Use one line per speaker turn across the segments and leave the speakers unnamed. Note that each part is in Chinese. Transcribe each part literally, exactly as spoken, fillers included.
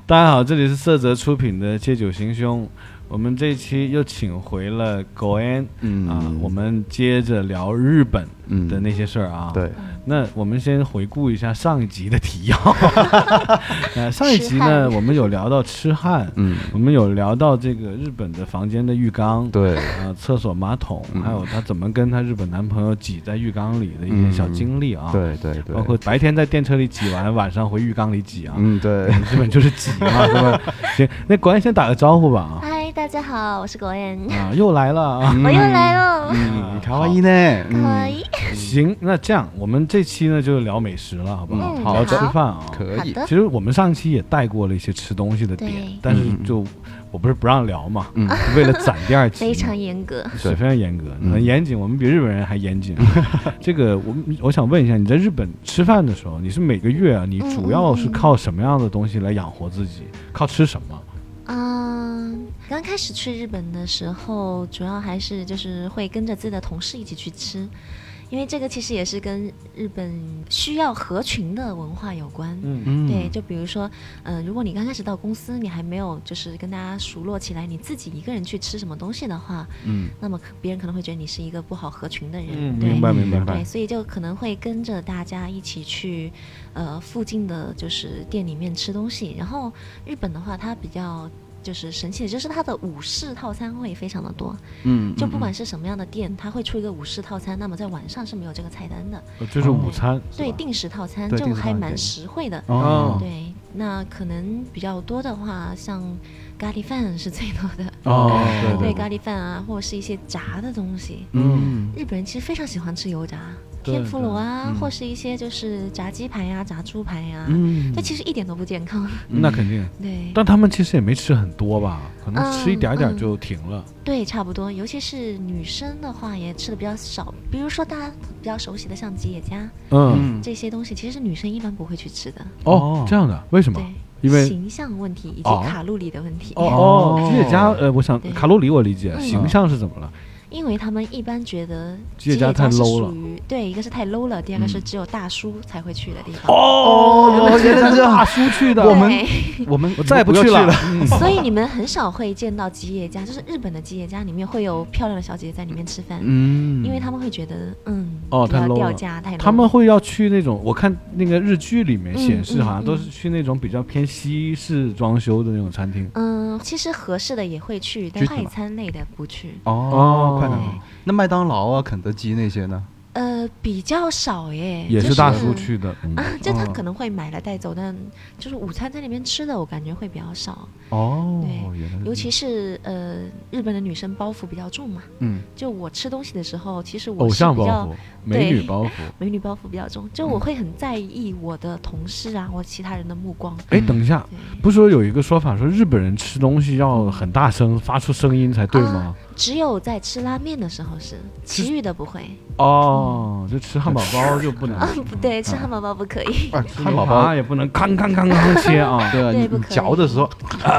大家好，这里是色泽出品的借酒行凶。我们这一期又请回了狗安，嗯啊，我们接着聊日本的那些事儿啊。
对，
那我们先回顾一下上一集的提要。呃，上一集呢，我们有聊到痴汉，嗯，我们有聊到这个日本的房间的浴缸，
对，
呃，厕所马桶，嗯、还有她怎么跟她日本男朋友挤在浴缸里的一些小经历啊。
嗯、对对对，
包括白天在电车里挤完，晚上回浴缸里挤啊。
嗯，对，
基本就是挤嘛，是吧？行，那国安先打个招呼吧啊。
嗨，大家好，我是国安
啊，又来了啊！
我又来了，
嗯，卡哇伊呢？
卡哇伊。
行，那这样我们这期呢就聊美食了，好不好？
嗯、
聊吃饭啊，
可以。
其实我们上期也带过了一些吃东西的点，但是就我不是不让聊嘛，嗯、为了攒第二期，
非常严格，
是非常严格，很严谨，我们比日本人还严谨。这个我我想问一下，你在日本吃饭的时候，你是每个月啊，你主要是靠什么样的东西来养活自己？靠吃什么？
嗯，刚开始去日本的时候，主要还是就是会跟着自己的同事一起去吃，因为这个其实也是跟日本需要合群的文化有关。嗯，对，就比如说，呃，如果你刚开始到公司，你还没有就是跟大家熟络起来，你自己一个人去吃什么东西的话，嗯，那么别人可能会觉得你是一个不好合群的人。
嗯，明白明白。
对，所以就可能会跟着大家一起去，呃，附近的就是店里面吃东西。然后日本的话，它比较就是神奇的，就是它的午市套餐会非常的多，嗯，就不管是什么样的店，它会出一个午市套餐，那么在晚上是没有这个菜单的，
就是午餐，
对，定时套餐，就还蛮实惠的，
哦，
对，那可能比较多的话，像咖喱饭是最多的，
哦，对
对，咖喱饭啊，或者是一些炸的东西，嗯，日本人其实非常喜欢吃油炸。天妇罗啊、嗯，或是一些就是炸鸡排呀、啊、炸猪排呀、啊，嗯，这其实一点都不健康。
那肯定，
对。
但他们其实也没吃很多吧，可能吃一点点就停了。
嗯嗯、对，差不多。尤其是女生的话，也吃的比较少。比如说大家比较熟悉的像吉野家，嗯，这些东西其实是女生一般不会去吃的。
哦，这样的，为什么？
对，
因为
形象问题以及卡路里的问题。
哦哦，吉野家，呃，我想卡路里我理解，形象是怎么了？
因为他们一般觉得
吉野家太 low 了，
对，一个是太 low 了，第二个是只有大叔才会去的地方。
哦，原来是大叔去的，
我们我们
我再也不去了。
所以你们很少会见到吉野家，就是日本的吉野家里面会有漂亮的小姐姐在里面吃饭，嗯，因为他们会觉得嗯，
哦，太 low
了，太 low。
他们会要去那种，我看那个日剧里面显示，好像都是去那种比较偏西式装修的那种餐厅。
嗯，其实合适的也会去，但快餐类的不去。
哦。那麦当劳啊、肯德基那些呢？
呃，比较少耶，
也是大叔去的，
就是嗯、啊，就他可能会买来带走，但就是午餐在那边吃的，我感觉会比较少。
哦，
对，尤其是呃，日本的女生包袱比较重嘛，嗯，就我吃东西的时候，其实我是比较
美女包袱，
美女包袱比较重，就我会很在意我的同事啊或其他人的目光。
哎，等一下，不是说有一个说法说日本人吃东西要很大声，发出声音才对吗？
啊，只有在吃拉面的时候是，其余的不会。
哦，嗯、就吃汉堡包就不能
啊，不对，吃汉堡包不可以，
啊、汉堡包也不能康康康康切啊，
对啊，你嚼的时候，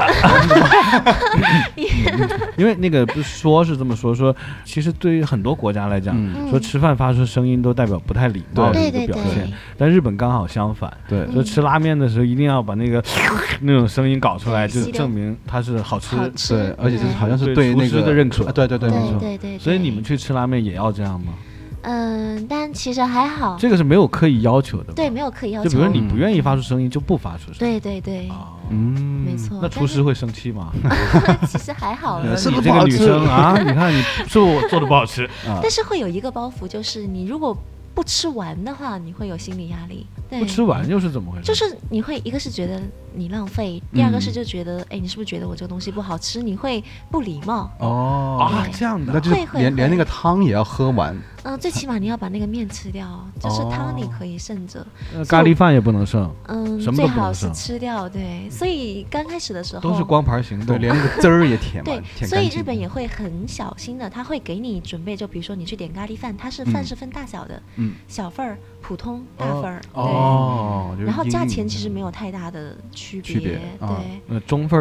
因为那个不是说是这么说，说其实对于很多国家来讲，嗯、说吃饭发出声音都代表不太礼貌的一个表现，但日本刚好相反，
对，
说吃拉面的时候一定要把那个那种声音搞出来，就证明它是好吃，
好吃
对，而且这好像是对那个
的认可，
对对对，
没错，对对。
所以你们去吃拉面也要这样吗？
嗯，但其实还好，
这个是没有刻意要求的，
对，没有刻意要求。
就比如说你不愿意发出声音，就不发出声音。
对对对，
嗯，
没错。
那厨师会生气吗？
其实还好，
是不是这个女生啊？你看你是不是我做的不好吃？
但是会有一个包袱，就是你如果不吃完的话，你会有心理压力。对，
不吃完又是怎么回事？
就是你会一个是觉得你浪费，第二个是就觉得哎、嗯，你是不是觉得我这个东西不好吃？你会不礼貌。
哦啊，这样的，
那就是连连那个汤也要喝完。
嗯，最起码你要把那个面吃掉，就是汤你可以剩着，
哦、咖喱饭也不能剩，
嗯，
什么都不能剩，
最好是吃掉。对，所以刚开始的时候
都是光盘行动，
连那个汁儿也舔完。
对，所以日本也会很小心的，他会给你准备，就比如说你去点咖喱饭，它是饭是分大小的，嗯，小份儿、普通、大份儿，
哦，
对，然后价钱其实没有太大的区别，
区别
对，
呃，中份儿。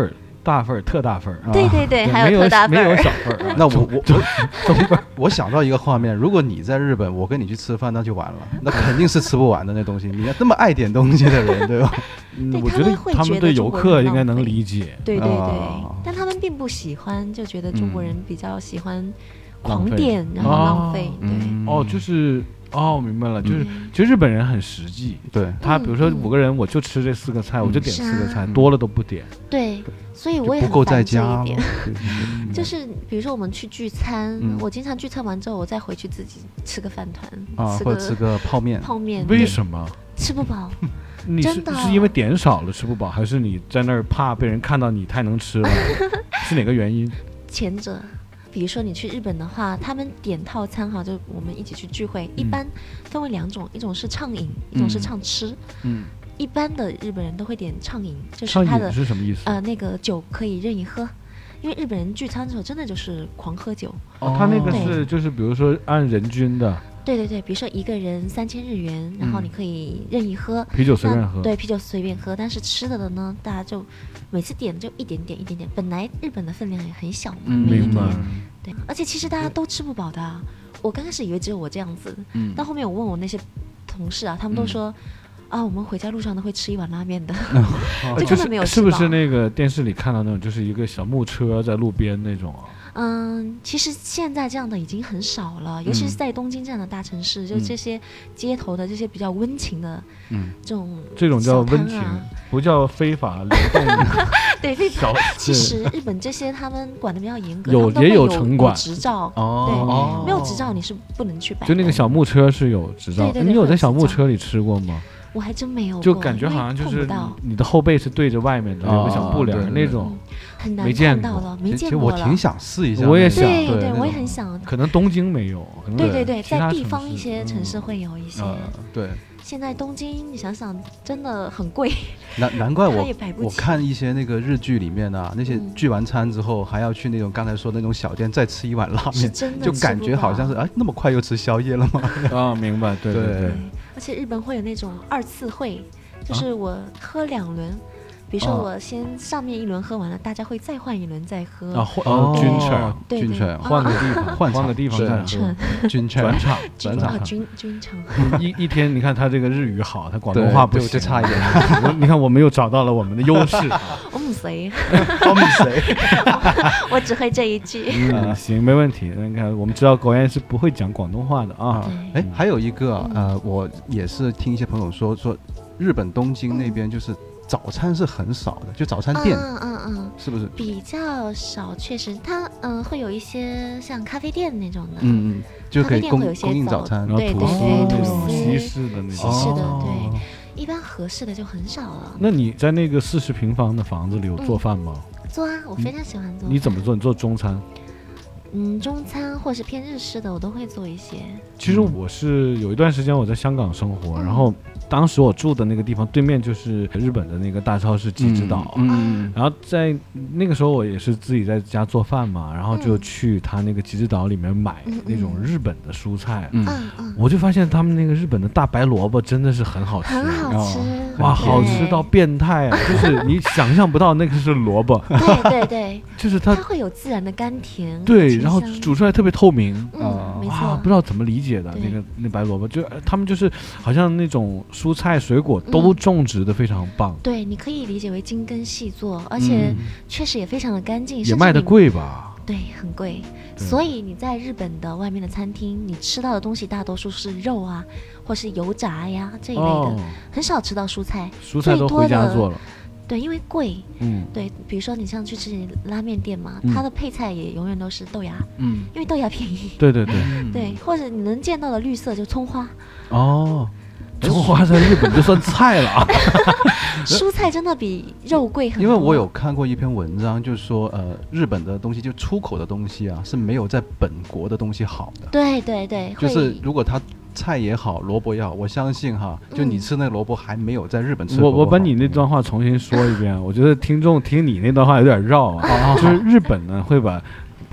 大份儿、特大份儿。
对对对，还
有
特大份儿，
没有小份儿啊。
那我我我我想到一个画面，如果你在日本，我跟你去吃饭，那就完了，那肯定是吃不完的那东西。你要这么爱点东西的人，对吧？
嗯，
对
我觉得他们对游客应该能理解。
对对对，
啊、
但他们并不喜欢，就觉得中国人比较喜欢
浪费
狂点，然后浪费。
哦
对，
嗯
哦，就是哦，明白了，就是
嗯
其实日本人很实际。
对，
他比如说
嗯
五个人，我就吃这四个菜，
嗯
我就点
是
四个菜，
啊
多了都不点。
对，所以我也
不够
很烦这
在家
一点。
嗯
就是比如说我们去聚餐，
嗯
我经常聚餐完之后，我再回去自己吃个饭团，
啊，
吃个
或者吃个泡面。
泡面，
为
对
什么？
吃不饱？
你是
真的
是因为点少了吃不饱，还是你在那儿怕被人看到你太能吃了？是哪个原因？
前者。比如说你去日本的话，他们点套餐哈，就我们一起去聚会，一般分为两种，一种是畅饮，一种是畅吃。
嗯，
一般的日本人都会点畅饮，就是
畅饮
他的
是什么意思？
呃那个酒可以任意喝，因为日本人聚餐的时候真的就是狂喝酒。
哦，他那个
对
是就是比如说按人均的，
对对对，比如说一个人三千日元，然后你可以任意喝，
啤酒随便喝。
对，啤酒随便喝，但是吃的的呢，大家就每次点就一点点一点点。本来日本的分量也很小嘛，
嗯
每一
明白
点。对，而且其实大家都吃不饱的、啊。我刚开始以为只有我这样子，
嗯
但后面我问我那些同事啊，他们都说。嗯啊，我们回家路上都会吃一碗拉面的，就根本没有吃饱。
是不是那个电视里看到那种，就是一个小木车在路边那种啊？
嗯，其实现在这样的已经很少了，尤其是在东京这样的大城市，嗯、就这些街头的这些比较温情的，嗯，这种、啊、
这种叫温情，不叫非法流动。
对，非
法。
其实日本这些他们管的比较严格，
有也有城管
执照，
哦，
对，没有执照你是不能去摆。
就那个小木车是有执照，
对对对，
你有在小木车里吃过吗？
我还真没有过，
就感觉好像就是你的后背是对着外面的，有个小布帘那种，
很难看到了，没见过了。
其实我挺想试一下，
我也想，
对对，我也很想。
可能东京没有，
对对对，在地方一些城市会有一些。
对。
现在东京，你想想，真的很贵。
难难怪我我看一些那个日剧里面啊，那些聚完餐之后还要去那种刚才说的那种小店再吃一碗拉面，就感觉好像是哎那么快又吃宵夜了吗？
啊，明白，对对对。
而且日本会有那种二次会，就是我喝两轮。比如说我先上面一轮喝完了，大家会再换一轮再喝
啊，换均场，
均场，
换个地方，换换个地方再
喝，均
转场，
转场，均均场。
一一天，你看他这个日语好，他广东话不行，
就差一点。
你看我们又找到了我们的优势。
我唔谁，
我唔谁，
我只会这一句。
嗯，行，没问题。你看，我们知道狗燕是不会讲广东话的啊。
哎，还有一个呃，我也是听一些朋友说说，日本东京那边就是。早餐是很少的，就早餐店，
嗯嗯嗯，
是不是
比较少？确实，它嗯会有一些像咖啡店那种的，
嗯嗯，就可以供
供
应早餐，
对对对，吐司
西式的那种，
西式的对，一般合适的就很少了。
那你在那个四十平方的房子里有做饭吗？
做啊，我非常喜欢做。
你怎么做？你做中餐？
嗯，中餐或是偏日式的，我都会做一些。
其实我是有一段时间我在香港生活，然后。当时我住的那个地方对面就是日本的那个大超市吉之岛，嗯，然后在那个时候我也是自己在家做饭嘛，然后就去他那个吉之岛里面买那种日本的蔬菜，
嗯嗯，
我就发现他们那个日本的大白萝卜真的是很好吃，
很好吃，
哇，好吃到变态啊！就是你想象不到那个是萝卜，
对对对，
就是它
它会有自然的甘甜，
对，然后煮出来特别透明，
嗯，没错，
不知道怎么理解的那个那白萝卜，就他们就是好像那种。蔬菜水果都种植的非常棒，
嗯、对，你可以理解为精耕细作，而且确实也非常的干净，
也卖的贵吧？
对，很贵。所以你在日本的外面的餐厅，你吃到的东西大多数是肉啊，或是油炸呀这一类的，哦、很少吃到蔬菜。
蔬菜都回家做了。
对，因为贵，
嗯，
对，比如说你像去吃拉面店嘛，嗯、它的配菜也永远都是豆芽，
嗯，
因为豆芽便宜。
对对对，
对，或者你能见到的绿色就葱花。
哦。葱花在日本就算菜了啊！
蔬菜真的比肉贵很多。
因为我有看过一篇文章，就是说，呃，日本的东西就出口的东西啊，是没有在本国的东西好的。
对对对，
就是如果它菜也好，萝卜也好，我相信哈，就你吃那个萝卜还没有在日本吃
过。我我把你那段话重新说一遍，我觉得听众听你那段话有点绕啊。就是日本呢会把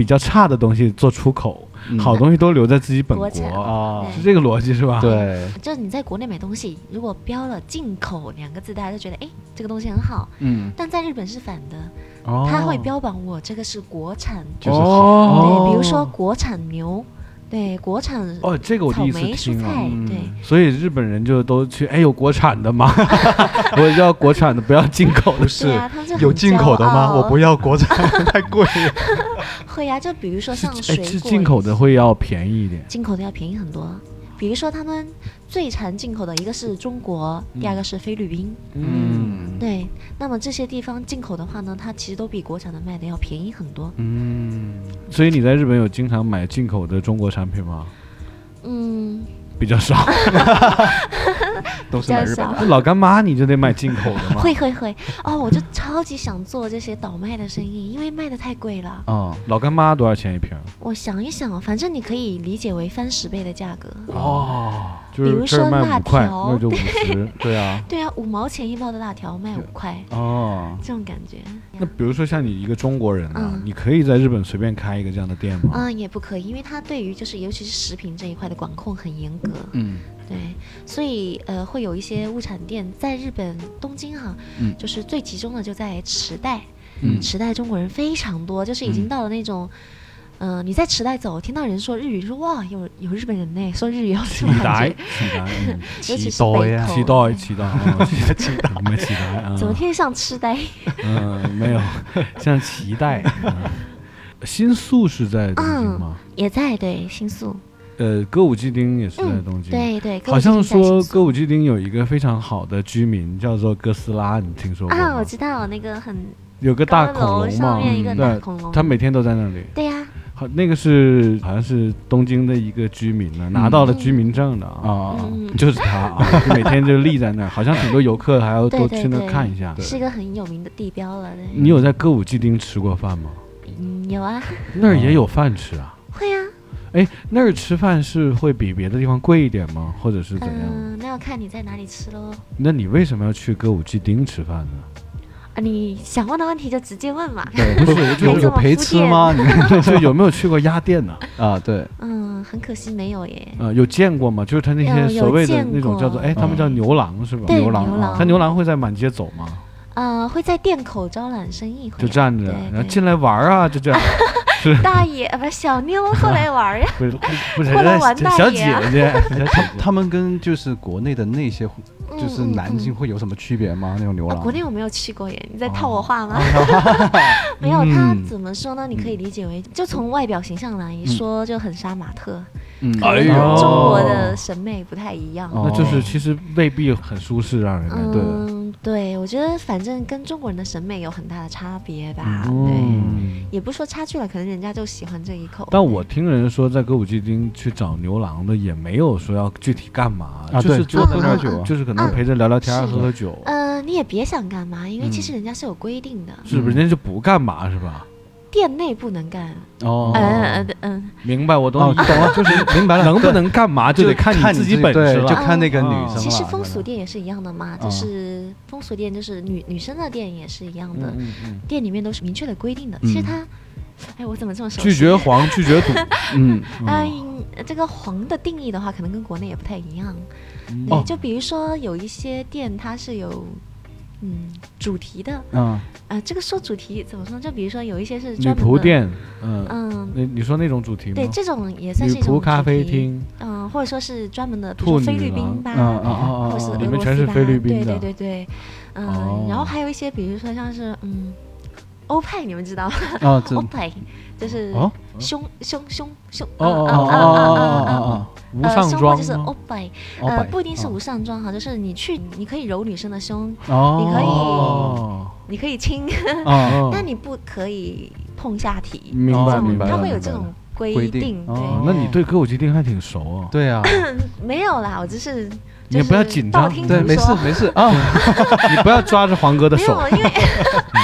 比较差的东西做出口，嗯、好东西都留在自己本国
啊，
是这个逻辑是吧？
对，
就是你在国内买东西，如果标了进口两个字，大家就觉得哎，这个东西很好。嗯，但在日本是反的，哦、他会标榜我这个是国产，
就是好。
哦、对，比如说国产牛。对，国产
哦，这个我第一次听
啊。嗯、对，
所以日本人就都去，哎，有国产的吗？我要国产的，不要进口的。
是，啊、有进口的吗？我不要国产，太贵了。
会呀、啊，就比如说像水果，
是进口的会要便宜一点。
进口的要便宜很多。比如说他们最常进口的一个是中国，嗯、第二个是菲律宾。嗯，对。那么这些地方进口的话呢，它其实都比国产的卖的要便宜很多。
嗯，所以你在日本有经常买进口的中国产品吗？嗯，比较少。
都是买日本的。
老干妈你就得买进口的吗？
会会会哦，我就超级想做这些倒卖的生意，因为卖的太贵了。
哦，老干妈多少钱一瓶？
我想一想，反正你可以理解为翻十倍的价格。
哦，就
是比如说辣条，
那就五十。对啊，
对啊，五毛钱一包的辣条卖五块。哦，这种感觉。
那比如说像你一个中国人啊，嗯、你可以在日本随便开一个这样的店吗？
嗯，也不可以，因为它对于就是尤其是食品这一块的管控很严格。嗯。对，所以呃，会有一些物产店在日本东京哈、啊，嗯、就是最集中的就在池袋，嗯、池袋中国人非常多，就是已经到了那种，嗯、呃，你在池袋走，听到人说日语，说哇，有有日本人呢，说日语要什么感觉？
池袋，
尤其是北
口，池袋，池袋，池袋，没池袋，
怎么听像痴呆？
嗯，没有，像脐带。新宿是在东京吗？
也在，对，新宿。
呃，歌舞伎町也是在东京，
嗯、对对，
好像说歌舞伎町有一个非常好的居民叫做哥斯拉，你听说过吗？
啊，我知道那个很
有个大恐龙嘛，
对，
他每天都在那里。
对呀、啊，
好，那个是好像是东京的一个居民呢，拿到了居民证的啊，嗯、就是他啊，就每天就立在那儿，好像挺多游客还要都去那看一下，
对对对，是一个很有名的地标了。
你有在歌舞伎町吃过饭吗？
嗯，有啊，
那儿也有饭吃啊。
会啊。
哎，那儿吃饭是会比别的地方贵一点吗？或者是怎样？
嗯，那要看你在哪里吃喽。
那你为什么要去歌舞伎町吃饭呢？
啊，你想问的问题就直接问嘛。
对，不是有有陪吃吗？你
对，就有没有去过鸭店呢？
啊，对。
嗯，很可惜没有耶。
呃，有见过吗？就是他那些所谓的那种叫做哎，他们叫牛郎是吧？
对，
牛郎。他牛郎会在满街走吗？
呃，会在店口招揽生意，
就站着，然后进来玩啊，就这样。
大爷不是小妞过来玩呀，
不是不是
过来玩大爷、啊。
小姐姐，
他他们跟就是国内的那些就是南京会有什么区别吗？嗯嗯、那种牛郎、
啊？国内我没有去过耶，你在套我话吗？哦、没有，他怎么说呢？你可以理解为，就从外表形象来说，就很杀马特。嗯，可能中国的审美不太一样，
那就是其实未必很舒适，让人感觉。
嗯，对，我觉得反正跟中国人的审美有很大的差别吧。嗯、对，也不是说差距了，可能人家就喜欢这一口。
但我听人说，在歌舞伎町去找牛郎的，也没有说要具体干嘛，啊、就是坐在那儿就、啊、就是可能陪着聊聊天、啊、喝喝酒。
呃，你也别想干嘛，因为其实人家是有规定的。
嗯、是不是人家就不干嘛是吧？
店内不能干
哦，
嗯嗯嗯，
明白，我懂你懂了，就是明白了，能不能干嘛就得看你自己本事了，
就看那个女生了。
其实风俗店也是一样的嘛，就是风俗店就是女女生的店也是一样的，店里面都是明确的规定的。其实它，哎，我怎么这么熟悉？
拒绝黄，拒绝赌，嗯，
哎，这个黄的定义的话，可能跟国内也不太一样。对，就比如说有一些店它是有。嗯，主题的，嗯，呃，这个说主题怎么说？就比如说有一些是专门
女仆店，嗯嗯，你你说那种主题吗？
对，这种也算是一种
女仆咖啡厅，
嗯，或者说是专门的，比如说菲律宾吧，
嗯嗯嗯，
或者是
里面全是菲律宾
的，对对对对，嗯，然后还有一些，比如说像是嗯，欧派，你们知道吗？
啊，
欧派就是胸胸胸胸，
哦哦哦哦哦哦。无上装
就是欧拜，呃，不一定是无上装哈，就是你去，你可以揉女生的胸，你可以，你可以亲，但你不可以碰下体，
明白明白，
它会有这种规定。对，
那你对歌舞伎町还挺熟啊？
对啊，
没有啦，我只是
你不要紧张，
对，没事没事啊，
你不要抓着黄哥的手，
因为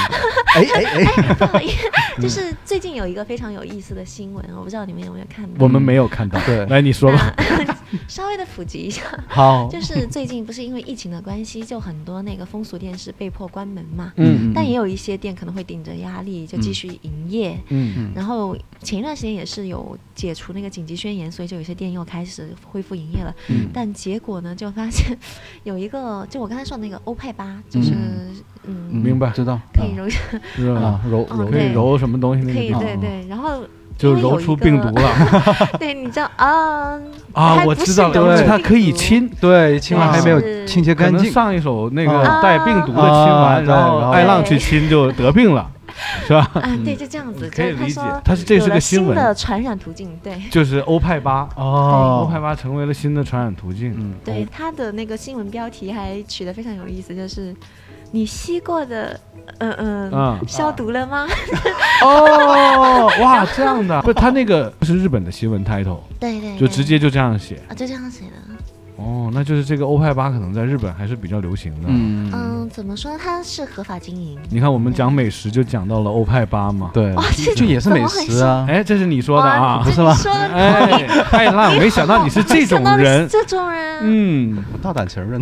哎哎哎，
不好意思，就是最近有一个非常有意思的新闻，我不知道你们有没有看到。
我们没有看到。
对，
来你说吧。
稍微的普及一下。
好，
就是最近不是因为疫情的关系，就很多那个风俗店是被迫关门嘛。
嗯。
但也有一些店可能会顶着压力就继续营业。嗯。然后前一段时间也是有解除那个紧急宣言，所以就有些店又开始恢复营业了。嗯。但结果呢，就发现有一个，就我刚才说的那个欧派吧，就是嗯，
明白，知道，
可以揉
是吧？揉揉可以揉什么东西那个地方？
可以，对对，然后。
就揉出病毒了。
对，你知道啊
啊，我知道了，对，它可以亲，
对，亲完还没有清洁干净。
上一首那个带病毒的亲完，然后爱浪去亲就得病了，是吧？
啊，对，就这样子，
可以理解。它是这是个新闻
的传染途径，对，
就是欧派巴哦，欧派巴成为了新的传染途径。
嗯，对，它的那个新闻标题还取得非常有意思，就是你吸过的。嗯嗯嗯，消毒了吗？
哦，哇，这样的，不是他那个是日本的新闻 title，
对对，
就直接就这样写
啊，就这样写的。
哦，那就是这个欧派巴可能在日本还是比较流行的。
嗯嗯，怎么说？它是合法经营。
你看我们讲美食就讲到了欧派巴嘛，
对，这也是美食啊。
哎，这是你说的啊，
不
是吗？
哎，
爱浪，没想到你是这种人，
这种人，
嗯，
我大胆承认。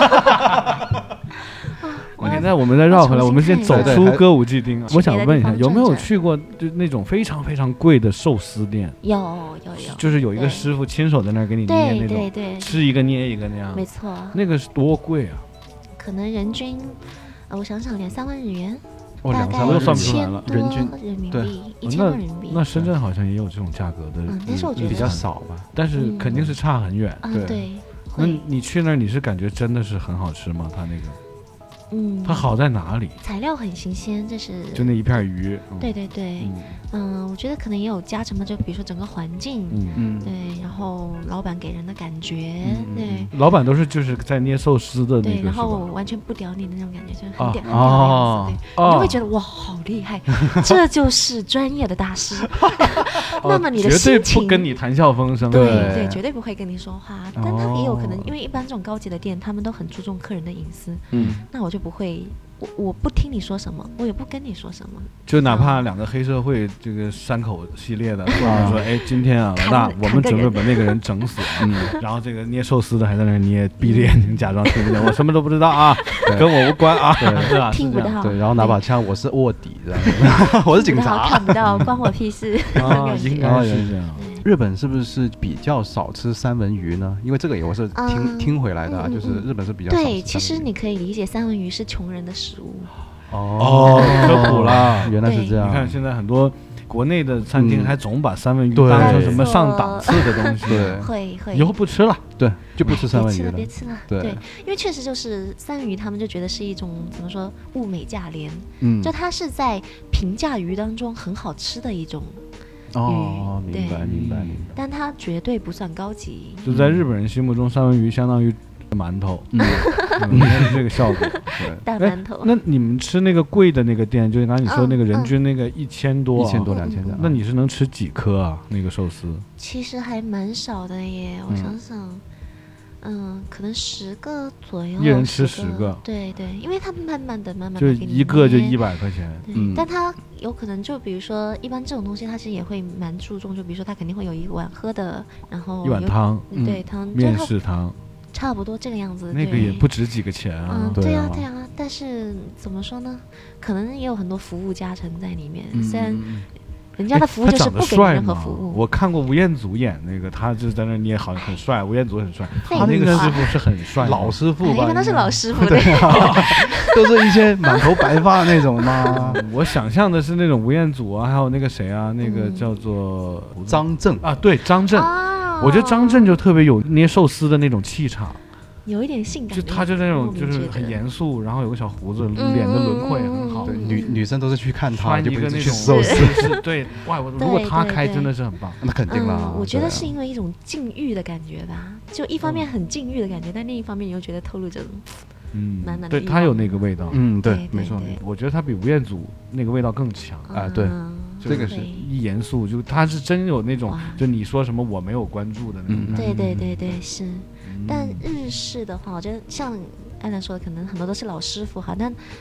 现在我们再绕回来，我们先走出歌舞伎町。我想问一下，有没有去过就那种非常非常贵的寿司店？
有有有，
就是有一个师傅亲手在那儿给你捏那种，
对对对，
吃一个捏一个那样。
没错。
那个是多贵啊？
可能人均，呃，我想想，两三万日元，
哦，两三
万算不出来了，
人均人民币一千多人民币。
那深圳好像也有这种价格的，
但是我觉得
比较少吧，
但是肯定是差很远。
对。
那你去那儿，你是感觉真的是很好吃吗？他那个？
嗯，
它好在哪里？
材料很新鲜，这是
就那一片鱼。
嗯、对对对，嗯、呃，我觉得可能也有加成吧，就比如说整个环境，嗯嗯，对，然后老板给人的感觉，嗯、对，
老板都是就是在捏寿司的那个，
对，然后完全不屌你的那种感觉，就是很屌、啊、很屌的样子，对，哦、你就会觉得哇，好厉害，这就是专业的大师。那么你的心情、
哦、绝对不跟你谈笑风生，
对 对, 对，绝对不会跟你说话，但他也有可能，因为一般这种高级的店，他们都很注重客人的隐私，嗯，那我就。就不会，我我不听你说什么，我也不跟你说什么。
就哪怕两个黑社会这个山口系列的，说哎，今天啊，老大，我们准备把那个人整死，嗯，然后这个捏寿司的还在那捏，闭着眼睛假装听不见，我什么都不知道啊，跟我无关啊，
是吧？听不到，
对，然后拿把枪，我是卧底的，我是警察，
看不到，关我屁事。
啊，应该是这样。
日本是不是比较少吃三文鱼呢？因为这个也我是听、嗯、听回来的、啊嗯，就是日本是比较少吃。
对，其实你可以理解三文鱼是穷人的食物。
哦，科普了，
原来是这样。
你看现在很多国内的餐厅还总把三文鱼当成什么上档次的东西，
对，
会会。
以后不吃了，
对，就不吃三文鱼
了，别吃了，别吃了。对，因为确实就是三文鱼，他们就觉得是一种怎么说物美价廉，嗯，就它是在平价鱼当中很好吃的一种。
哦，明白明白明白，
但它绝对不算高级。
就在日本人心目中，三文鱼相当于馒头，嗯，应该是这个效果。对，
大馒头。
那你们吃那个贵的那个店，就是刚才你说那个人均那个一千多，
一千多两千多，
那你是能吃几颗啊？那个寿司？
其实还蛮少的耶，我想想。嗯，可能十个左右，
一人吃十个。
对对，因为他们慢慢的、慢慢
的，就一个就一百块钱。
嗯，但他有可能就比如说，一般这种东西，他其实也会蛮注重，就比如说他肯定会有一碗喝的，然后
一碗汤，
对汤，
面食汤，
差不多这个样子。
那个也不值几个钱啊。
嗯，对呀对呀，但是怎么说呢？可能也有很多服务加成在里面，虽然。人家的服务就是不给任何服务。
我看过吴彦祖演那个，他就在那捏，好像很帅。吴彦祖很帅，他那个师傅是很帅，
老师傅吧？
一般都是老师傅，对，
都是一些满头白发那种吗？
我想象的是那种吴彦祖啊，还有那个谁啊，那个叫做
张震
啊，对，张震。我觉得张震就特别有捏寿司的那种气场。
有一点性感，
就他就那种就是很严肃，然后有个小胡子，脸的轮廓也很好。
对，女女生都是去看他，
穿一个那种
寿司，
对，哇，如果他开真的是很棒，
那肯定啦。
我觉得是因为一种禁欲的感觉吧，就一方面很禁欲的感觉，但另一方面你又觉得透露着嗯满满的。
对他有那个味道，
嗯，对，没错。
我觉得他比吴彦祖那个味道更强
啊，对，这个是
一严肃，就他是真有那种，就你说什么我没有关注的那种。
对对对对，是。但日式的话，我觉得像艾兰说的，可能很多都是老师傅哈，但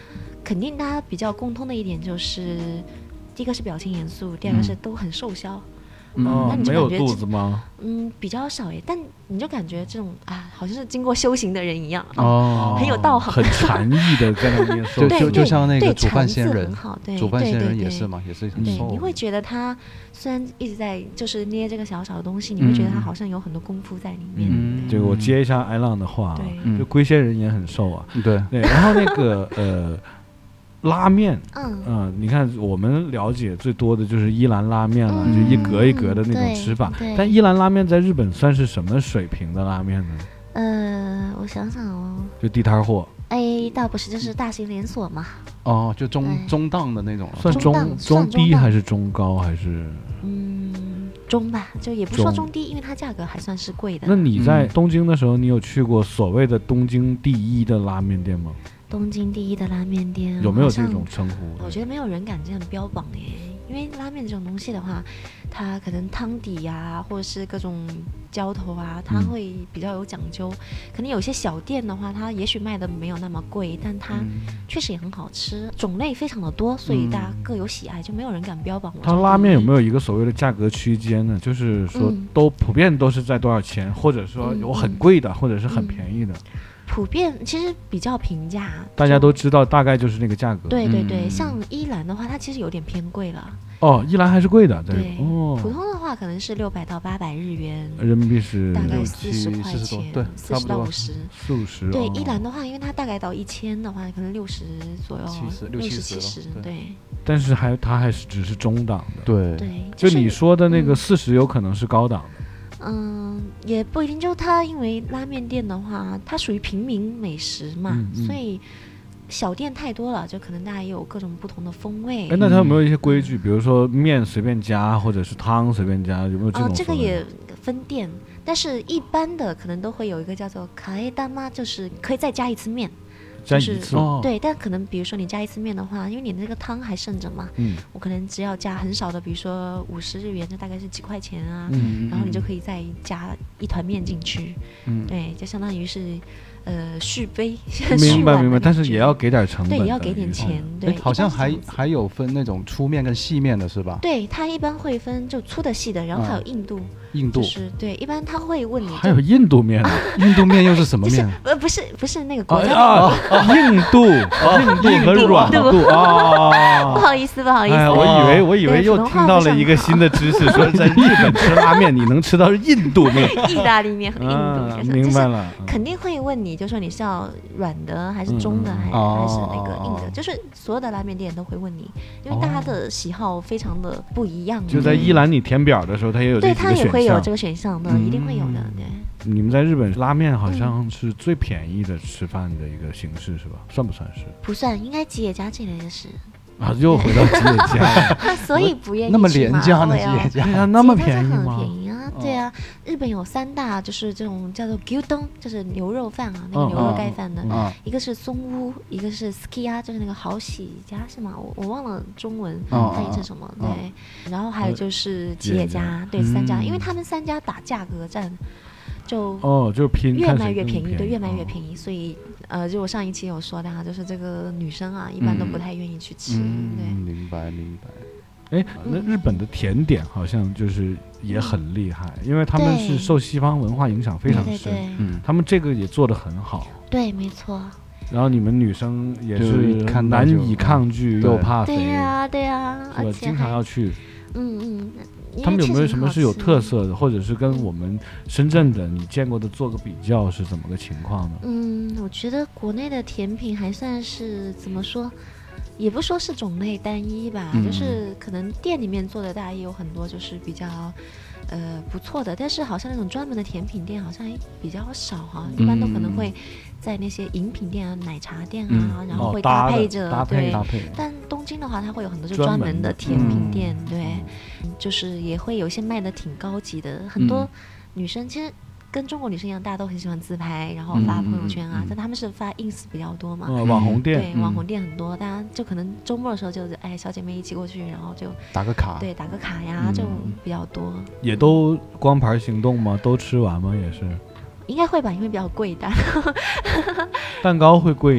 肯定大家比较共通的一点就是，第一个是表情严肃，第二个是都很瘦削。
哦、嗯，没有肚子吗？
嗯，比较少耶，但你就感觉这种啊，好像是经过修行的人一样，哦，很有道行，
很禅意的在那念诵，
就就就像那个主
办
仙人，
对，
主办仙人也是嘛，也是很瘦。
你会觉得他虽然一直在就是捏这个小小的东西，你会觉得他好像有很多功夫在里面。
嗯，这个我接一下艾浪的话，就龟仙人也很瘦啊，
对
对，然后那个呃。拉面，嗯、呃、你看我们了解最多的就是伊兰拉面了，嗯、就一格一格的那种吃法。但伊兰拉面在日本算是什么水平的拉面呢？
呃，我想想哦，
就地摊货。
哎，倒不是，就是大型连锁嘛。
哦，就中中档的那种，
算中中低还是中高还是？
嗯，中吧，就也不说中低，因为它价格还算是贵的。
那你在东京的时候，你有去过所谓的东京第一的拉面店吗？
东京第一的拉面店
有没有这种称呼？
我觉得没有人敢这样标榜耶，因为拉面这种东西的话，它可能汤底呀、啊，或者是各种浇头啊，它会比较有讲究。嗯、可能有些小店的话，它也许卖的没有那么贵，但它确实也很好吃，种类非常的多，所以大家各有喜爱，就没有人敢标榜。
它拉面有没有一个所谓的价格区间呢？就是说都普遍都是在多少钱，或者说有很贵的，嗯、或者是很便宜的。
普遍其实比较平价，
大家都知道大概就是那个价格。
对对对，嗯、像伊兰的话，它其实有点偏贵了。
哦，伊兰还是贵的，
对。
哦，
普通的话可能是六百到八百日元，
人民币是
大概四十块钱，
对，
四十到五十，
四五十。
对，伊兰的话，因为它大概到一千的话，可能六十左右，
六
十七十，对。
但是还它还是只是中档的，
对
对。
就你说的那个四十，有可能是高档的。
嗯，也不一定。就它因为拉面店的话，它属于平民美食嘛，嗯嗯、所以小店太多了，就可能大家也有各种不同的风味。
哎，那它有没有一些规矩？嗯、比如说面随便加，或者是汤随便加，有没有这种？
哦，这个也分店，但是一般的可能都会有一个叫做卡埃丹妈，就是可以再加一次面。
加一次、就是
哦、对，但可能比如说你加一次面的话，因为你那个汤还剩着嘛，
嗯，
我可能只要加很少的，比如说五十日元，就大概是几块钱啊，嗯，然后你就可以再加一团面进去，嗯，对，就相当于是呃续杯，
明白明白，但是也要给点成本，
对，也要给点钱，
哦、
对，
好像还还有分那种粗面跟细面的是吧？
对，它一般会分就粗的细的，然后还有硬度。
嗯印度、
就是对，一般他会问你，
还有印度面，
印度面又是什么面？
呃，不是不是那个国家
啊，印度，印度和软度啊，
不好意思不好意思，
我以为我以为又听到了一个新的知识，说在日本吃拉面你能吃到印度面、
意大利面和印度面，
明白了，
肯定会问你，就说你是要软的还是中的，还还是那个硬的，就是所有的拉面店都会问你，因为大家的喜好非常的不一样。
就在伊兰你填表的时候，他也有这几个选项。
有这个选项的，嗯、一定会有的。对，
你们在日本拉面好像是最便宜的吃饭的一个形式，是吧？算不算是？
不算，应该吉野家这类的是。
啊，又回到吉野家
所以不愿意
那么廉价呢？吉野家，
对啊，那么便宜吗？
很便宜啊，对啊。日本有三大，就是这种叫做 gyudon， 就是牛肉饭啊，那个牛肉盖饭的。嗯、一个是松屋，一个是 sukiya， 就是那个好喜家是吗？我我忘了中文翻译成什么。对，然后还有就是吉野家，对，三家，因为他们三家打价格战。就
哦，就拼
越卖越便宜，对，越卖越便宜，所以呃，就我上一期有说的哈，就是这个女生啊，一般都不太愿意去吃，
嗯、
对，
明白明白。
哎，那日本的甜点好像就是也很厉害，嗯、因为他们是受西方文化影响非常深，嗯，他们这个也做得很好，
对，没错。
然后你们女生也是难以抗拒又怕肥，
对呀对呀，
我经常要去，
嗯嗯。
他们有没有什么是有特色的，或者是跟我们深圳的你见过的做个比较是怎么个情况呢？
嗯，我觉得国内的甜品还算是怎么说，也不说是种类单一吧，嗯、就是可能店里面做的大家也有很多就是比较呃不错的，但是好像那种专门的甜品店好像比较少哈，一般都可能会在那些饮品店啊、奶茶店啊，嗯、然后会搭配着、
哦、搭配
对
搭配。
但东京的话，它会有很多就专门的甜品店，嗯、对，就是也会有些卖的挺高级的，很多女生其实。跟中国女生一样，大家都很喜欢自拍，然后发朋友圈啊。嗯、但他们是发 ins 比较多嘛，
呃、网红店
对，嗯、网红店很多，大家就可能周末的时候就哎小姐妹一起过去，然后就
打个卡，
对，打个卡呀，嗯、就比较多。
也都光盘行动吗？都吃完吗？也是。
应该会吧，因为比较贵的。
蛋糕会贵一点。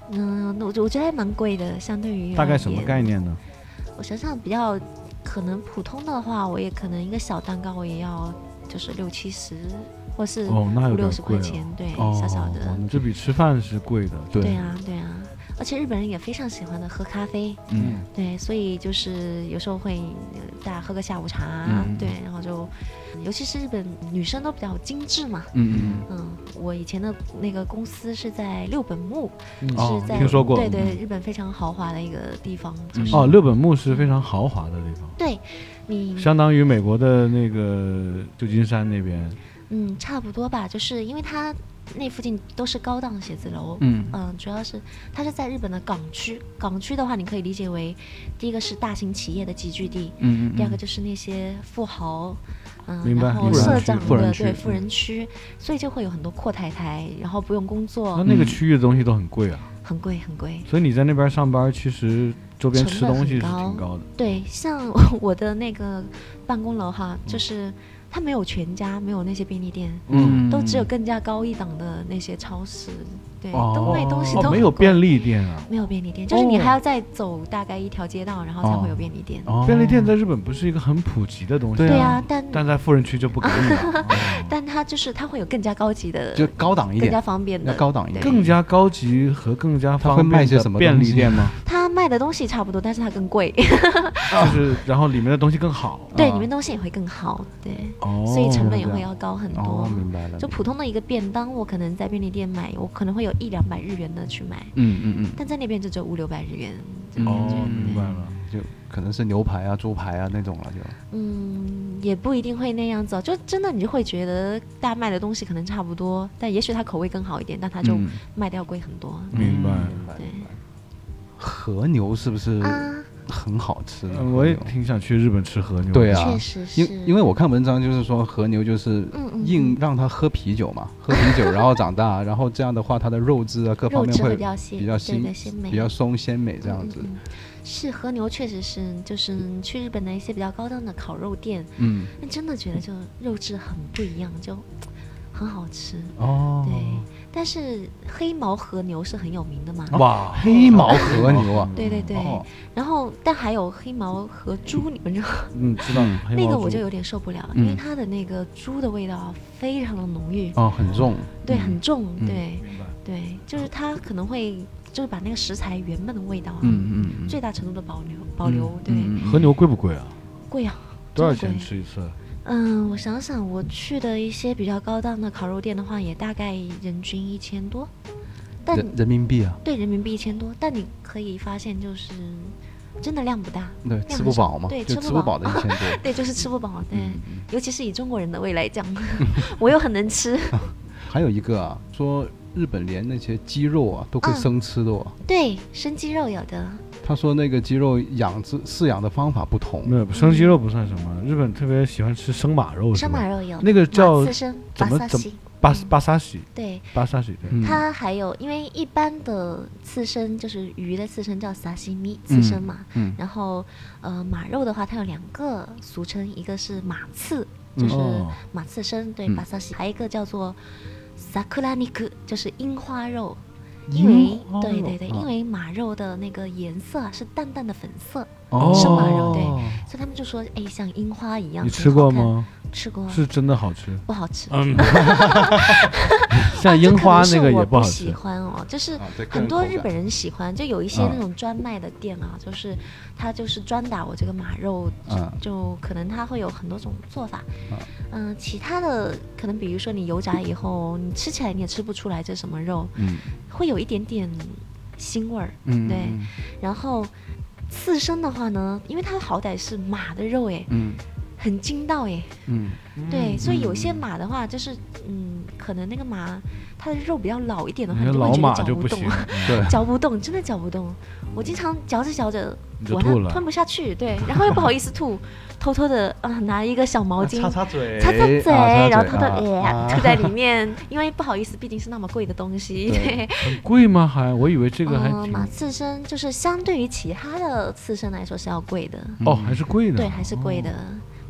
嗯，我我觉得还蛮贵的，相对于
大概什么概念呢？
我想想，比较可能普通的话，我也可能一个小蛋糕我也要就是六七十，或是五六十块钱，对，
哦、
小小的。
哦，这比吃饭是贵的。
对，对啊，对啊。而且日本人也非常喜欢的喝咖啡，嗯，对，所以就是有时候会大家喝个下午茶，嗯、对，然后就，尤其是日本女生都比较精致嘛，嗯嗯嗯，我以前的那个公司是在六本木，
嗯、
是在、
哦、听说过，
对对，日本非常豪华的一个地方，就是、
哦，六本木是非常豪华的地方，
对，你
相当于美国的那个旧金山那边，
嗯，差不多吧，就是因为它。那附近都是高档写字楼，嗯嗯，主要是它是在日本的港区。港区的话，你可以理解为，第一个是大型企业的集聚地，嗯嗯，第二个就是那些富豪，嗯，然后社长的对富人区，所以就会有很多阔太太，然后不用工作。
那那个区域的东西都很贵啊，
很贵很贵。
所以你在那边上班，其实周边吃东西是挺高的。
对，像我的那个办公楼哈，就是。它没有全家，没有那些便利店，嗯，都只有更加高一档的那些超市，对，哦、都卖东西都、
哦、没有便利店啊，
没有便利店，就是你还要再走大概一条街道，然后才会有便利店。
哦、便利店在日本不是一个很普及的东西，
对啊，但
但在富人区就不可以了。哦、
但它就是它会有更加高级的，
就高档一点，
更加方便的，
要高档一点，
更加高级和更加方便。
它会卖些什么
便利店吗？
它卖的东西差不多，但是它更贵。
就是然后里面的东西更好，
对，里面东西也会更好，对，哦、所以成本也会要高很多。
哦，明白了。
就普通的一个便当，我可能在便利店买，我可能会有一两百日元的去买，
嗯嗯嗯，
但在那边就只有五六百日元。
哦，明白了，就可能是牛排啊、猪排啊那种了，就
嗯，也不一定会那样子，就真的你就会觉得大家卖的东西可能差不多，但也许它口味更好一点，但它就卖掉贵很多。
嗯、明白，
明白。对，和牛是不是？啊很好吃、
嗯，我也挺想去日本吃和牛。
对啊，
确实是。
因因为我看文章就是说和牛就是硬让它喝啤酒嘛，嗯嗯喝啤酒然后长大，然后这样的话它的肉质啊各方面会
比较鲜，
比较鲜
美，
比较松鲜美这样子。嗯嗯
是和牛确实是，就是去日本的一些比较高档的烤肉店，嗯，那真的觉得就肉质很不一样，就很好吃哦。对。但是黑毛和牛是很有名的嘛？
哇，黑毛和牛啊！
对对对，哦、然后但还有黑毛和猪，你们知道？
嗯，知道。
那个我就有点受不了，嗯、因为它的那个猪的味道非常的浓郁
哦，很重。
对，很重。嗯、对，
明白。
对，就是它可能会就是把那个食材原本的味道啊，嗯嗯，最大程度的保留保留。对、
嗯嗯，和牛贵不贵啊？
贵啊！
多少钱吃一次？
嗯，我想想，我去的一些比较高档的烤肉店的话，也大概人均一千多，但
人人民币啊？
对，人民币一千多，但你可以发现就是真的量不大，
对，吃不饱嘛，
对，
吃
不
饱的一千多，
对，就是吃不饱，对，嗯、尤其是以中国人的胃来讲，我又很能吃。
还有一个啊，说日本连那些鸡肉啊都可以生吃的哦，
嗯、对，生鸡肉有的。
他说那个鸡肉养殖饲养的方法不同，
没有生鸡肉不算什么，日本特别喜欢吃生马肉，
生马肉有
那个叫
怎么怎么
巴巴萨西，
对，
巴萨西，
对，它还有因为一般的刺身就是鱼的刺身叫萨西米刺身嘛，嗯，然后呃马肉的话它有两个俗称，一个是马刺，就是马刺身，对，巴萨西，还有一个叫做萨库拉尼克，就是樱花肉。因为对对对，因为马肉的那个颜色啊是淡淡的粉色，哦、生马肉对，所以他们就说哎像樱花一样。
你吃过吗？
吃过，
是真的好吃？
不好吃。
嗯，像樱花那个也不好吃。
我不喜欢哦，就是很多日本人喜欢，就有一些那种专卖的店啊，就是他就是专打我这个马肉，嗯、就可能他会有很多种做法。嗯、呃，其他的可能比如说你油炸以后，你吃起来你也吃不出来这什么肉，嗯，会有一点点腥味儿，嗯，对。然后刺身的话呢，因为它好歹是马的肉，哎，嗯。很筋道耶，嗯，对，所以有些马的话，就是嗯，可能那个马它的肉比较老一点的话，你就会觉得嚼不动，对，嚼不动，真的嚼不动。我经常嚼着嚼着，我吞不下去，对，然后又不好意思吐，偷偷的啊拿一个小毛巾
擦擦嘴，
擦擦嘴，然后偷偷呃吐在里面，因为不好意思，毕竟是那么贵的东西，对，
很贵吗？还我以为这个还挺。
马刺身就是相对于其他的刺身来说是要贵的，
哦，还是贵的，
对，还是贵的。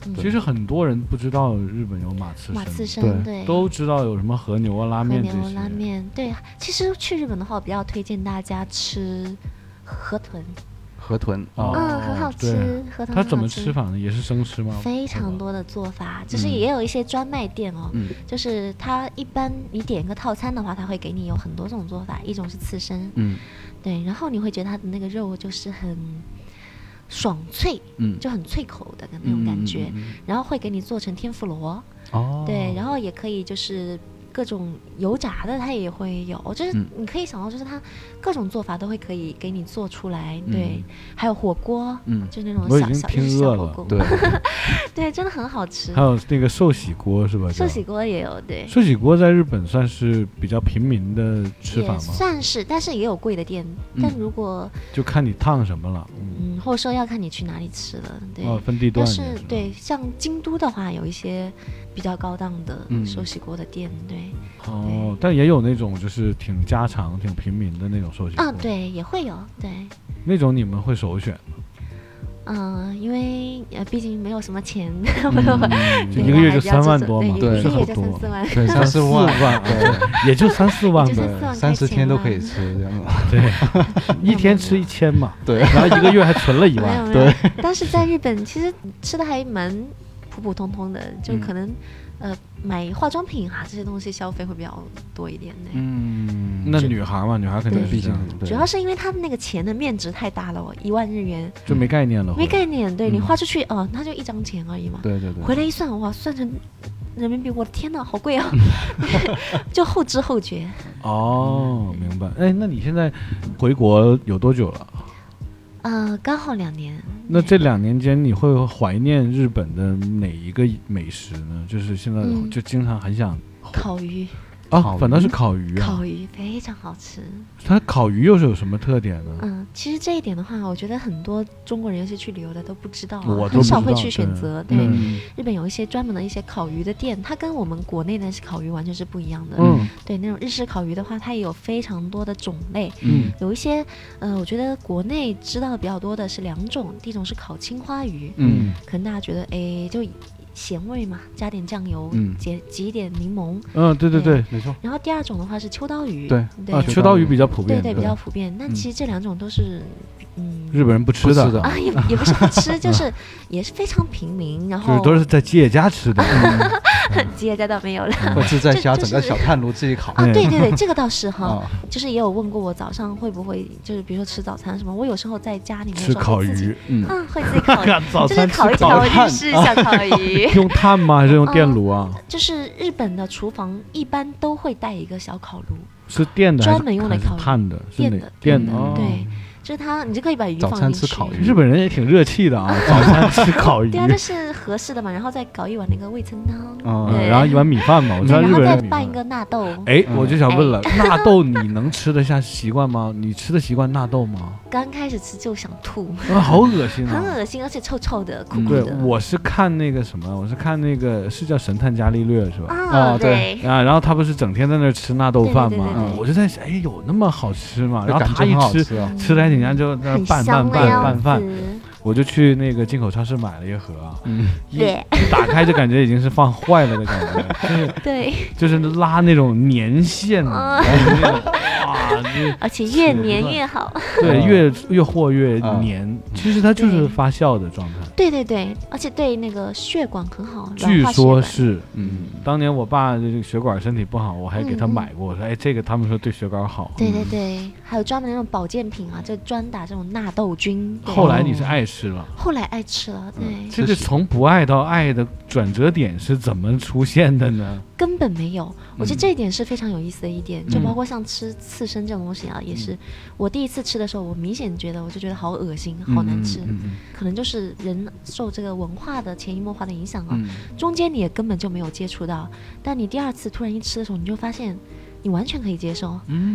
嗯、
其实很多人不知道日本有马刺参，
马刺参对，
都知道有什么和牛啊、拉面这些。
和牛拉面对，其实去日本的话，我比较推荐大家吃河豚。
河豚
啊、哦嗯，很好吃。河豚
它怎么吃法呢？也是生吃吗？
非常多的做法，就是也有一些专卖店哦。嗯，就是它一般你点一个套餐的话，它会给你有很多种做法，一种是刺身，嗯，对，然后你会觉得它的那个肉就是很爽脆，嗯，就很脆口的那种感觉，嗯嗯嗯嗯、然后会给你做成天妇罗，哦，对，然后也可以就是。各种油炸的它也会有，就是你可以想到，就是它各种做法都会可以给你做出来，嗯、对，还有火锅，嗯，就那种小小小火锅，
对，
对，真的很好吃。
还有那个寿喜锅是吧？
寿喜锅也有，对。
寿喜锅在日本算是比较平民的吃法吗？
算是，但是也有贵的店，嗯、但如果
就看你烫什么了，
嗯，或者说要看你去哪里吃了，对，
哦，分地段。
但是对，像京都的话，有一些比较高档的寿喜锅的店，嗯、对。
哦，但也有那种就是挺家常、挺平民的那种寿喜锅
啊，对，也会有，对。
那种你们会首选吗？
嗯、呃，因为呃，毕竟没有什么钱，
嗯、一个月就三万多嘛，
对，
是
好
多，
对，三四万，
对，也就三四万，
对，
三十天都可以吃这样子，
对，一天吃一千嘛，
对，
然后一个月还存了一万，对。
但是在日本其实吃的还蛮普普通通的，就可能。嗯呃，买化妆品啊这些东西消费会比较多一点呢。
嗯，那女孩嘛，女孩肯定毕竟
主要是因为她的那个钱的面值太大了哦，一万日元
就没概念了，
没概念。对、嗯、你花出去哦，它就一张钱而已嘛。
对对对。
回来一算，哇，算成人民币，我的天哪，好贵啊！就后知后觉。
哦，明白。哎，那你现在回国有多久了？
呃，刚好两年。
那这两年间，你会怀念日本的哪一个美食呢？就是现在就经常很想、
嗯、烤鱼
啊，反倒是烤鱼啊，
烤鱼非常好吃。
它烤鱼又是有什么特点呢？
嗯，其实这一点的话，我觉得很多中国人尤其去旅游的都不知道、啊，
我
很少会去选择。对，对
嗯、
日本有一些专门的一些烤鱼的店，它跟我们国内的烤鱼完全是不一样的。
嗯，
对，那种日式烤鱼的话，它也有非常多的种类。
嗯，
有一些，呃，我觉得国内知道的比较多的是两种，第一种是烤青花鱼，
嗯，
可能大家觉得，哎，就。咸味嘛，加点酱油，嗯，挤挤一点柠檬，
嗯，对对对，没错。
然后第二种的话是秋刀鱼，
对，啊，秋刀鱼比较普遍，
对对，比较普遍。那其实这两种都是，嗯，
日本人不吃的
啊，也也不是不吃，就是也是非常平民，然后
就是都是在吉野家吃的，
吉野家倒没有了，
或是在家整个小炭炉自己烤
啊，对对对，这个倒是哈，就是也有问过我早上会不会就是比如说吃早餐什么，我有时候在家里面
吃烤鱼，
嗯，会自己烤，
早
餐烤一条日式小烤鱼。
用炭吗？还是用电炉啊？
就是日本的厨房一般都会带一个小烤炉，
是电的，
专门用来烤
炭的，
电的，
电的，
对。就是它，你就可以把鱼
放进去。早餐吃烤鱼，
日本人也挺热气的啊！早餐吃烤鱼，
对啊，这是合适的嘛。然后再搞一碗那个味噌汤，
嗯，然后一碗米饭嘛。我知道日本人
然后再拌一个纳豆。
哎，我就想问了，纳豆你能吃得下习惯吗？你吃得习惯纳豆吗？
刚开始吃就想吐，
啊，好恶心啊！
很恶心，而且臭臭的、苦苦的。
对，我是看那个什么，我是看那个是叫《神探伽利略》是吧？
啊，对
啊，然后他不是整天在那吃纳豆饭吗？我就在想，哎，有那么好吃吗？然后他一吃，吃来人家就那。拌拌拌拌饭，我就去那个进口超市买了一盒啊，嗯，一一打开就感觉已经是放坏了的感觉，就是
对，
就是拉那种年线，哇，
而且越粘越好，
对，越越和越粘，其实它就是发酵的状态，
对对对，而且对那个血管很好，
据说是，嗯，当年我爸这个血管身体不好，我还给他买过，我说哎，这个他们说对血管好，
对对对，还有专门那种保健品啊，就专打这种纳豆菌。
后来你是爱吃了，
后来爱吃了，对，
这个从不爱到爱的转折点是怎么出现的呢？
根本没有，我觉得这一点是非常有意思的一点，就包括像吃刺身这种东西啊，也是我第一次吃的时候，我明显觉得我就觉得好恶心，好难吃，可能就是人受这个文化的潜移默化的影响啊，中间你也根本就没有接触到，但你第二次突然一吃的时候，你就发现你完全可以接受，嗯。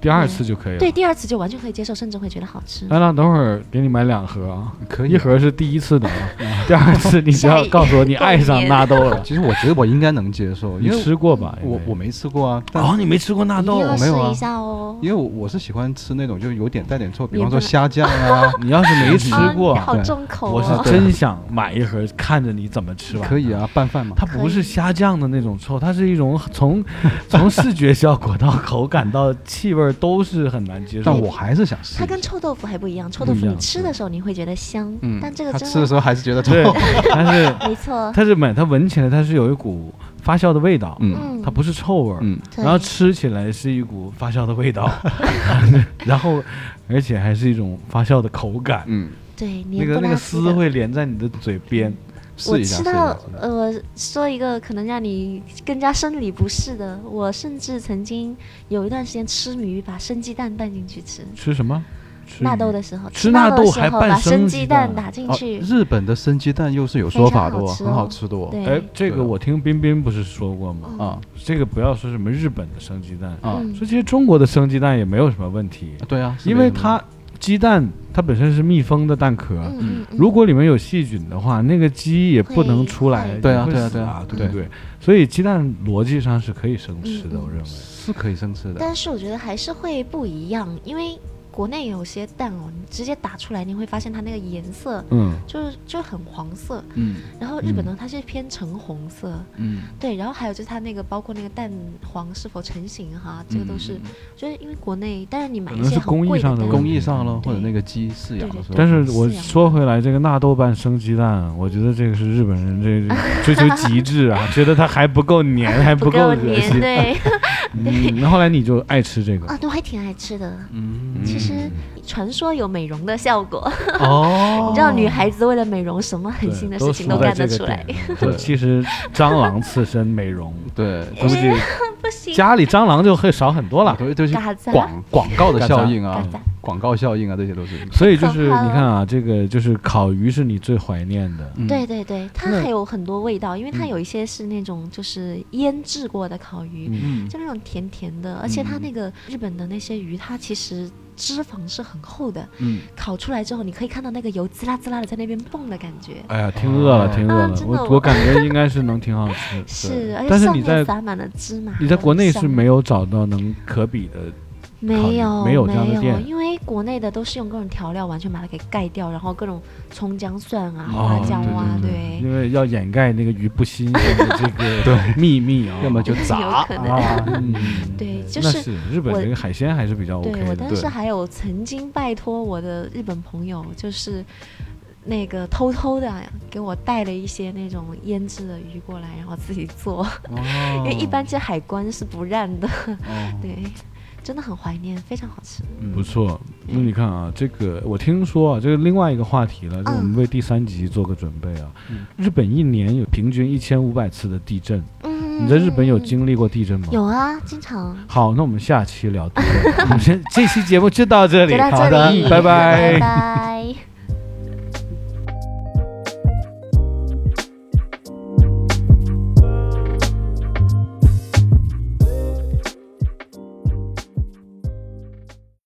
第二次就可以了。
对，第二次就完全可以接受，甚至会觉得好吃。
那那等会儿给你买两盒啊，
可以，
一盒是第一次的，第二次你只要告诉我你爱上纳豆了。
其实我觉得我应该能接受，因为
你吃过吧？
我我没吃过啊。
哦，你没吃过纳豆？
我
没有啊。
试一下哦。
因为我我是喜欢吃那种就有点带点臭，比方说虾酱啊。
你要是没吃过，
好重口。
我是真想买一盒，看着你怎么吃完。
可以啊，拌饭嘛。
它不是虾酱的那种臭，它是一种从从视觉效果到口感到气味都是很难接受。
但我还是想试。
它跟臭豆腐还不一样，臭豆腐你吃的时候你会觉得香，
嗯，
但这个
吃的时候还是觉得臭。
它是
没错，
它是美，它闻起来它是有一股发酵的味道，
嗯，
它不是臭味，
嗯，
然后吃起来是一股发酵的味道，然后而且还是一种发酵的口感，
嗯，
对，
那个那个丝会连在你的嘴边。
我吃到呃，说一个可能让你更加生理不适的，我甚至曾经有一段时间吃鱼，把生鸡蛋拌进去吃。
吃什么？
纳豆的时候，
吃纳豆还拌
生鸡蛋打进去。
日本的生鸡蛋又是有说法的，很好吃的哦。
哎，这个我听彬彬不是说过吗？
啊，
这个不要说什么日本的生鸡蛋啊，说其实中国的生鸡蛋也没有什么问题。
对啊，
因为它鸡蛋它本身是密封的蛋壳，如果里面有细菌的话，那个鸡也不能出来。
对啊，对啊，对啊，
对不对？所以鸡蛋逻辑上是可以生吃的，我认为
是可以生吃的。
但是我觉得还是会不一样，因为国内有些蛋哦，你直接打出来，你会发现它那个颜色，嗯，就是就很黄色，嗯，然后日本呢，它是偏橙红色，嗯，对，然后还有就是它那个包括那个蛋黄是否成型哈，这个都是，就是因为国内，但是你买一些很贵的蛋，
工艺上了，或者那个鸡饲养的时候。
但是我说回来，这个纳豆拌生鸡蛋，我觉得这个是日本人这追求极致啊，觉得它还不够黏，还不够恶心，
对，
嗯，那后来你就爱吃这个
啊，我还挺爱吃的，嗯，其实。其实传说有美容的效果
哦，
你知道女孩子为了美容什么狠心的事情都干得出来。
对，其实蟑螂刺身美容，
对，
估计
不行，
家里蟑螂就会少很多了。
都都是广广告的效应啊，广告效应啊，这些都是。
所以就是你看啊，这个就是烤鱼是你最怀念的。
对对对，它还有很多味道，因为它有一些是那种就是腌制过的烤鱼，就那种甜甜的，而且它那个日本的那些鱼，它其实。脂肪是很厚的，嗯，烤出来之后，你可以看到那个油滋啦滋啦的在那边蹦的感觉。
哎呀，挺饿了，挺饿了，我我感觉应该是能挺好吃。
是，
但是你在
撒满了芝麻，
你在国内是没有找到能可比的。
没有
没有这样的店，
因为国内的都是用各种调料完全把它给盖掉，然后各种葱姜蒜啊、花椒啊，对，
因为要掩盖那个鱼不新鲜的这个秘密啊，
要么就炸
啊，对，就是
日本这个海鲜还是比较 OK 的。
对，我当时还有曾经拜托我的日本朋友，就是那个偷偷的给我带了一些那种腌制的鱼过来，然后自己做，因为一般这海关是不让的，对。真的很怀念，非常好吃。
嗯，不错。那你看啊，这个我听说啊，这个另外一个话题了，就我们为第三集做个准备啊。嗯、日本一年有平均一千五百次的地震。嗯，你在日本有经历过地震吗？
有啊，经常。
好，那我们下期聊地震。我们先这期节目就到这里，
就到这里，
好的，拜拜，
拜拜。